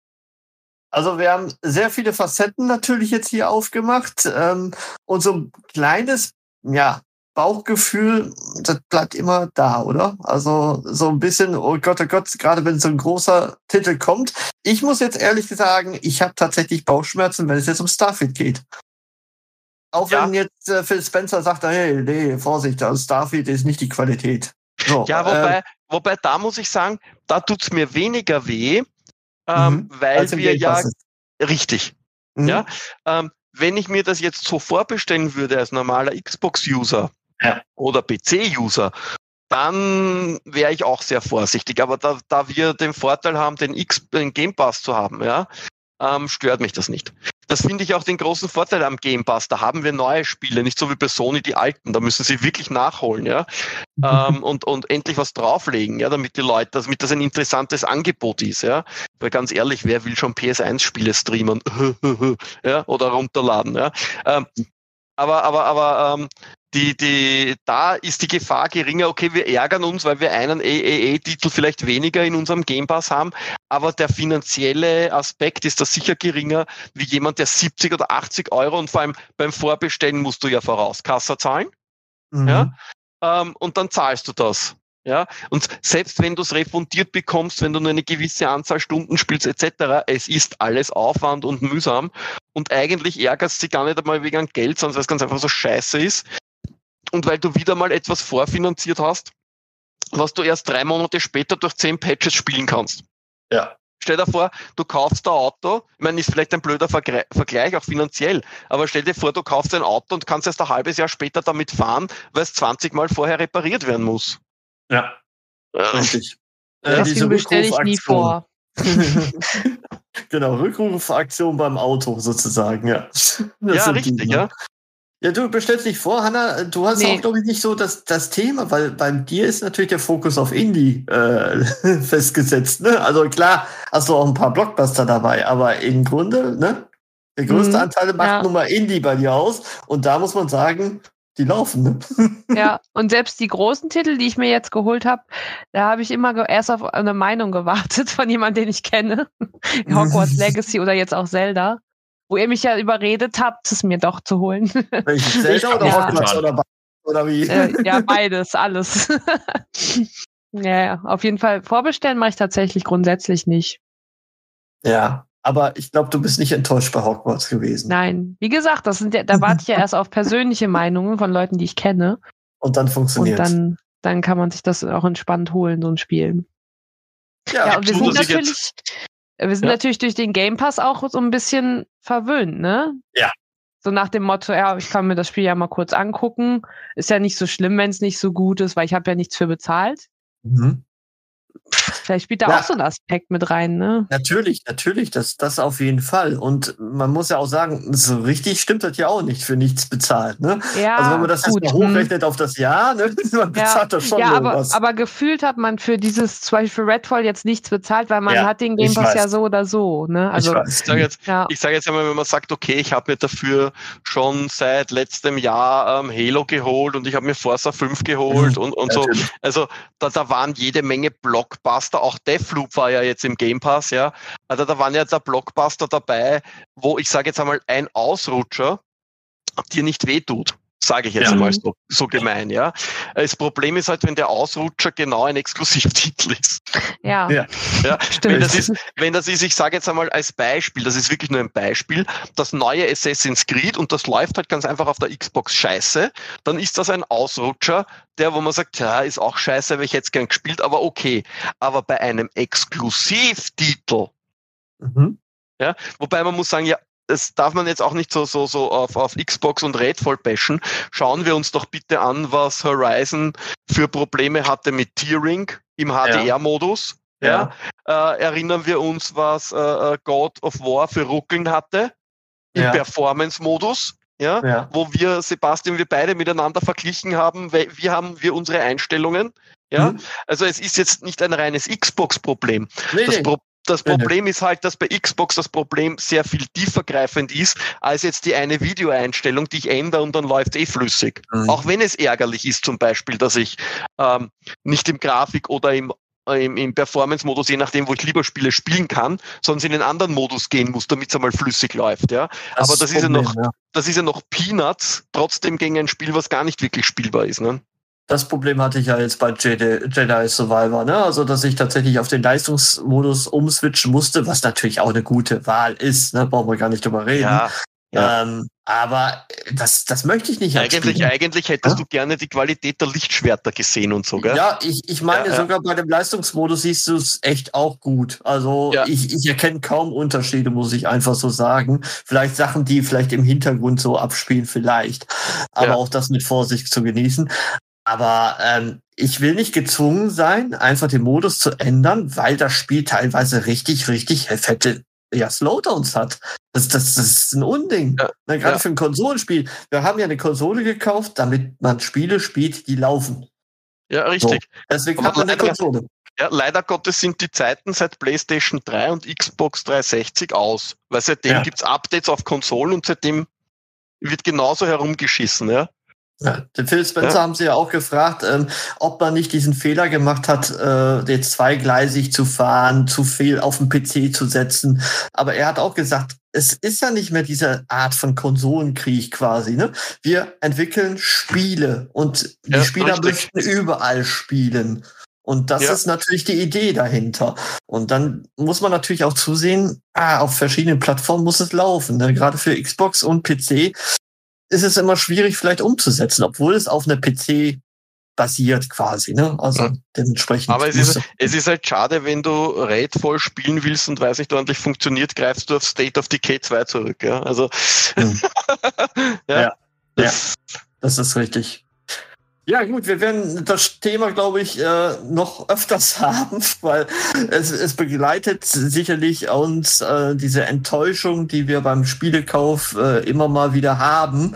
Also wir haben sehr viele Facetten natürlich jetzt hier aufgemacht. Ähm, und so ein kleines, ja, Bauchgefühl, das bleibt immer da, oder? Also so ein bisschen, oh Gott, oh Gott, gerade wenn so ein großer Titel kommt. Ich muss jetzt ehrlich sagen, ich habe tatsächlich Bauchschmerzen, wenn es jetzt um Starfield geht. Auch ja. wenn jetzt äh, Phil Spencer sagt, hey, nee, Vorsicht, also Starfield ist nicht die Qualität. So,
ja, wobei,
äh,
wobei da muss ich sagen, da tut's mir weniger weh, ähm, mhm, weil wir ja, richtig, mhm. ja, ähm, wenn ich mir das jetzt so vorbestellen würde als normaler Xbox-User, ja. oder P C-User, dann wäre ich auch sehr vorsichtig. Aber da, da wir den Vorteil haben, den, X, den Game Pass zu haben, ja, ähm, stört mich das nicht. das finde ich auch den großen Vorteil am Game Pass. Da haben wir neue Spiele, nicht so wie bei Sony die alten. Da müssen sie wirklich nachholen, ja, ähm, und und endlich was drauflegen, ja, damit die Leute, damit das ein interessantes Angebot ist, ja. Weil ganz ehrlich, wer will schon P S eins Spiele streamen, ja, oder runterladen, ja. Ähm, aber aber aber ähm, Die, die, da ist die Gefahr geringer, okay, wir ärgern uns, weil wir einen A A A-Titel vielleicht weniger in unserem Game Pass haben, aber der finanzielle Aspekt ist da sicher geringer, wie jemand, der siebzig oder achtzig Euro und vor allem beim Vorbestellen musst du ja voraus Kasse zahlen, mhm. ja, ähm, und dann zahlst du das. Ja, und selbst wenn du es refundiert bekommst, wenn du nur eine gewisse Anzahl Stunden spielst et cetera, es ist alles Aufwand und mühsam und eigentlich ärgerst du dich gar nicht einmal wegen Geld, sondern weil es ganz einfach so scheiße ist. Und weil du wieder mal etwas vorfinanziert hast, was du erst drei Monate später durch zehn Patches spielen kannst.
Ja.
Stell dir vor, du kaufst ein Auto, ich meine, ist vielleicht ein blöder Vergleich, Vergleich auch finanziell, aber stell dir vor, du kaufst ein Auto und kannst erst ein halbes Jahr später damit fahren, weil es zwanzig Mal vorher repariert werden muss.
Ja, richtig.
Äh, Deswegen bestelle ich nie vor.
Genau, Rückrufaktion beim Auto sozusagen, ja. Das
ja, richtig, die, ja.
Ja, du bestellst dich vor, Hanna, du hast nee. auch, glaube ich, nicht so das, das Thema, weil bei dir ist natürlich der Fokus auf Indie äh, festgesetzt, ne? Also klar, hast du auch ein paar Blockbuster dabei, aber im Grunde, ne? Der größte mhm, Anteil macht ja. nun mal Indie bei dir aus und da muss man sagen, die laufen, ne?
Ja, und selbst die großen Titel, die ich mir jetzt geholt habe, da habe ich immer ge- erst auf eine Meinung gewartet von jemandem, den ich kenne. Hogwarts Legacy oder jetzt auch Zelda. Wo ihr mich ja überredet habt, es mir doch zu holen.
Welches Zelda oder
ja.
Hogwarts oder, be- oder wie?
Äh, ja, beides, alles. ja, ja, auf jeden Fall. Vorbestellen mache ich tatsächlich grundsätzlich nicht.
Ja, aber ich glaube, du bist nicht enttäuscht bei Hogwarts gewesen.
Nein, wie gesagt, das sind ja, da warte ich ja erst auf persönliche Meinungen von Leuten, die ich kenne.
Und dann funktioniert es.
Und dann, dann kann man sich das auch entspannt holen, so ein Spiel. Ja, ja und wir sind natürlich... Wir sind ja. natürlich durch den Game Pass auch so ein bisschen verwöhnt, ne?
Ja.
So nach dem Motto, ja, ich kann mir das Spiel ja mal kurz angucken. Ist ja nicht so schlimm, wenn es nicht so gut ist, weil ich habe ja nichts für bezahlt.
Mhm.
Vielleicht spielt da ja. auch so ein Aspekt mit rein, ne?
Natürlich, natürlich, das, das auf jeden Fall. Und man muss ja auch sagen, so richtig stimmt das ja auch nicht, für nichts bezahlt, ne?
Ja,
also wenn man das
gut.
jetzt mal hochrechnet auf das Jahr, ne, man bezahlt ja. das schon
ja,
irgendwas.
aber, aber gefühlt hat man für dieses, zum Beispiel für Redfall jetzt nichts bezahlt, weil man ja, hat den Game Pass ja so oder so, ne? Also,
ich, weiß.
ich sage jetzt, ja. ich sag jetzt einmal, wenn man sagt, okay, ich habe mir dafür schon seit letztem Jahr ähm, Halo geholt und ich habe mir Forza fünf geholt mhm. und, und so. Also da, da waren jede Menge Blockbuster, auch Deathloop war ja jetzt im Game Pass, ja. Also da waren ja jetzt ein Blockbuster dabei, wo ich sage jetzt einmal ein Ausrutscher dir nicht wehtut. Sage ich jetzt ja. mal so, so gemein, ja. Das Problem ist halt, wenn der Ausrutscher genau ein Exklusivtitel ist.
Ja,
ja.
ja. Wenn das ist, wenn das ist, ich sage jetzt einmal als Beispiel, das ist wirklich nur ein Beispiel, das neue Assassin's Creed und das läuft halt ganz einfach auf der Xbox scheiße, dann ist das ein Ausrutscher, der, wo man sagt, ja, ist auch scheiße, habe ich jetzt gern gespielt, aber okay. Aber bei einem Exklusivtitel,
mhm.
ja, wobei man muss sagen, ja, das darf man jetzt auch nicht so so so auf, auf Xbox und Redfall bashen. Schauen wir uns doch bitte an, was Horizon für Probleme hatte mit Tearing im H D R-Modus. Ja. Ja. Äh, erinnern wir uns, was äh, God of War für Ruckeln hatte im ja. Performance-Modus. Ja,
ja, wo
wir, Sebastian, wir beide miteinander verglichen haben, weil wir haben wir unsere Einstellungen. Ja, mhm. also es ist jetzt nicht ein reines Xbox-Problem.
Nee,
das
nee.
Pro- Das Problem ist halt, dass bei Xbox das Problem sehr viel tiefergreifend ist, als jetzt die eine Videoeinstellung, die ich ändere und dann läuft eh flüssig. Mhm. Auch wenn es ärgerlich ist zum Beispiel, dass ich ähm, nicht im Grafik oder im, im, im Performance-Modus, je nachdem, wo ich lieber Spiele spielen kann, sondern in den anderen Modus gehen muss, damit es einmal flüssig läuft. Ja?
Das
Aber das
ist,
Problem, ist ja noch,
ja.
das ist ja noch Peanuts, trotzdem gegen ein Spiel, was gar nicht wirklich spielbar ist. Ne?
Das Problem hatte ich ja jetzt bei Jedi, Jedi Survivor, ne? Also, dass ich tatsächlich auf den Leistungsmodus umswitchen musste, was natürlich auch eine gute Wahl ist, ne? Brauchen wir gar nicht drüber reden.
Ja, ja.
Ähm, aber das, das möchte ich nicht
Eigentlich, eigentlich hättest ja? du gerne die Qualität der Lichtschwerter gesehen und so, gell?
Ja, ich, ich meine,
ja,
sogar ja. bei dem Leistungsmodus siehst du es echt auch gut. Also, ja. ich, ich erkenne kaum Unterschiede, muss ich einfach so sagen. Vielleicht Sachen, die vielleicht im Hintergrund so abspielen, vielleicht. Aber ja. auch das mit Vorsicht zu genießen. Aber ähm, ich will nicht gezwungen sein, einfach den Modus zu ändern, weil das Spiel teilweise richtig, richtig fette ja, Slowdowns hat. Das, das, das ist ein Unding. Ja, ne, gerade ja. für ein Konsolenspiel. Wir haben ja eine Konsole gekauft, damit man Spiele spielt, die laufen.
Ja, richtig.
So. Deswegen haben wir eine Konsole.
Ja, leider Gottes sind die Zeiten seit PlayStation drei und Xbox dreihundertsechzig aus. Weil seitdem ja. gibt's Updates auf Konsolen und seitdem wird genauso herumgeschissen, ja.
Ja, den Phil Spencer ja. haben sie ja auch gefragt, ähm, ob man nicht diesen Fehler gemacht hat, äh, jetzt zweigleisig zu fahren, zu viel auf den P C zu setzen. Aber er hat auch gesagt, es ist ja nicht mehr diese Art von Konsolenkrieg quasi. Ne? Wir entwickeln Spiele und die ja, Spieler richtig. möchten überall spielen. Und das ja. ist natürlich die Idee dahinter. Und dann muss man natürlich auch zusehen, ah, auf verschiedenen Plattformen muss es laufen. Ne? Gerade für Xbox und P C ist es immer schwierig vielleicht umzusetzen, obwohl es auf einer P C basiert quasi, ne? Also ja. dementsprechend.
Aber es ist, es ist halt schade, wenn du RAID voll spielen willst und weiß nicht ordentlich funktioniert, greifst du auf State of Decay zwei zurück, ja? Also
hm. ja, ja, das, ja, das ist richtig. Ja gut, wir werden das Thema, glaube ich, äh, noch öfters haben, weil es, es begleitet sicherlich uns äh, diese Enttäuschung, die wir beim Spielekauf äh, immer mal wieder haben.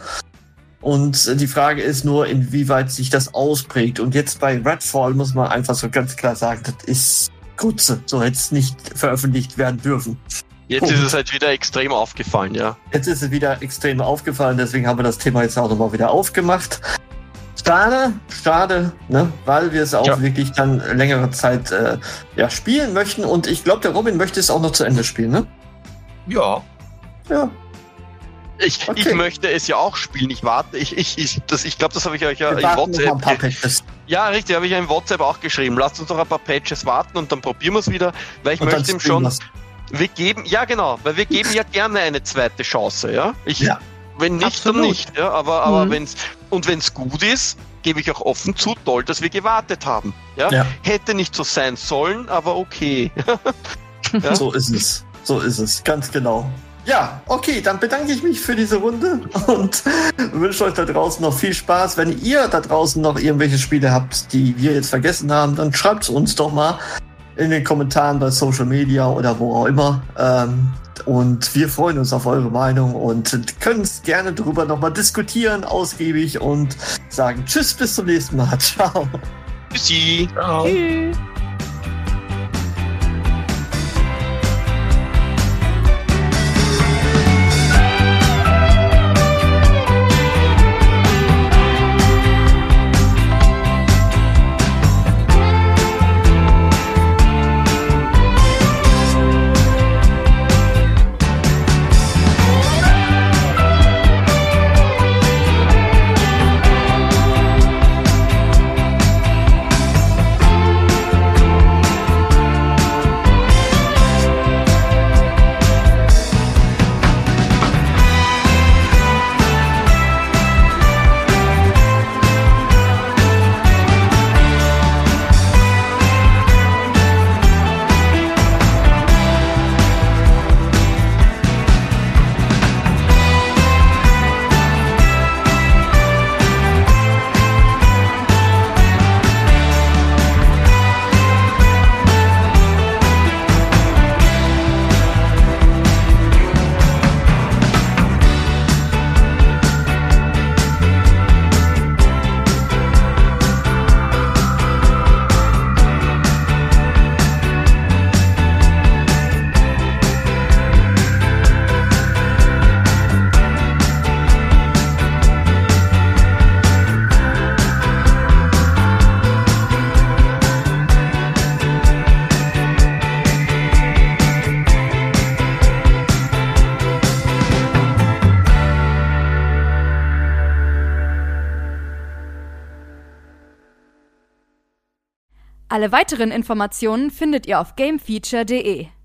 Und die Frage ist nur, inwieweit sich das ausprägt. Und jetzt bei Redfall muss man einfach so ganz klar sagen, das ist Grütze. So hätte es nicht veröffentlicht werden dürfen.
Jetzt Punkt. Ist es halt wieder extrem aufgefallen, ja.
Jetzt ist es wieder extrem aufgefallen, deswegen haben wir das Thema jetzt auch nochmal wieder aufgemacht. Schade, schade, ne? Weil wir es auch ja. wirklich dann längere Zeit äh, ja, spielen möchten. Und ich glaube, der Robin möchte es auch noch zu Ende spielen, ne?
Ja.
Ja.
Ich, okay. ich möchte es ja auch spielen. Ich warte, ich, ich, ich, das, ich glaube, das habe ich euch ja
wir
in WhatsApp.
Ein paar Patches.
Ja, richtig, habe ich ja in WhatsApp auch geschrieben. Lasst uns noch ein paar Patches warten und dann probieren wir es wieder, weil ich und möchte ihm schon. Was. Wir geben, ja genau, weil wir geben ja gerne eine zweite Chance, ja. Ich,
ja.
Wenn nicht, Absolut. dann nicht. Ja, aber aber mhm. wenn's und wenn es gut ist, gebe ich auch offen zu, toll, dass wir gewartet haben. Ja? Ja. Hätte nicht so sein sollen, aber okay.
Ja? So ist es. So ist es, ganz genau. Ja, okay, dann bedanke ich mich für diese Runde und wünsche euch da draußen noch viel Spaß. Wenn ihr da draußen noch irgendwelche Spiele habt, die wir jetzt vergessen haben, dann schreibt es uns doch mal in den Kommentaren bei Social Media oder wo auch immer. Ähm, Und wir freuen uns auf eure Meinung und können es gerne darüber nochmal diskutieren, ausgiebig und sagen Tschüss, bis zum nächsten Mal. Ciao.
Tschüssi.
Ciao. Tschüss.
Alle weiteren Informationen findet ihr auf gamefeature punkt de.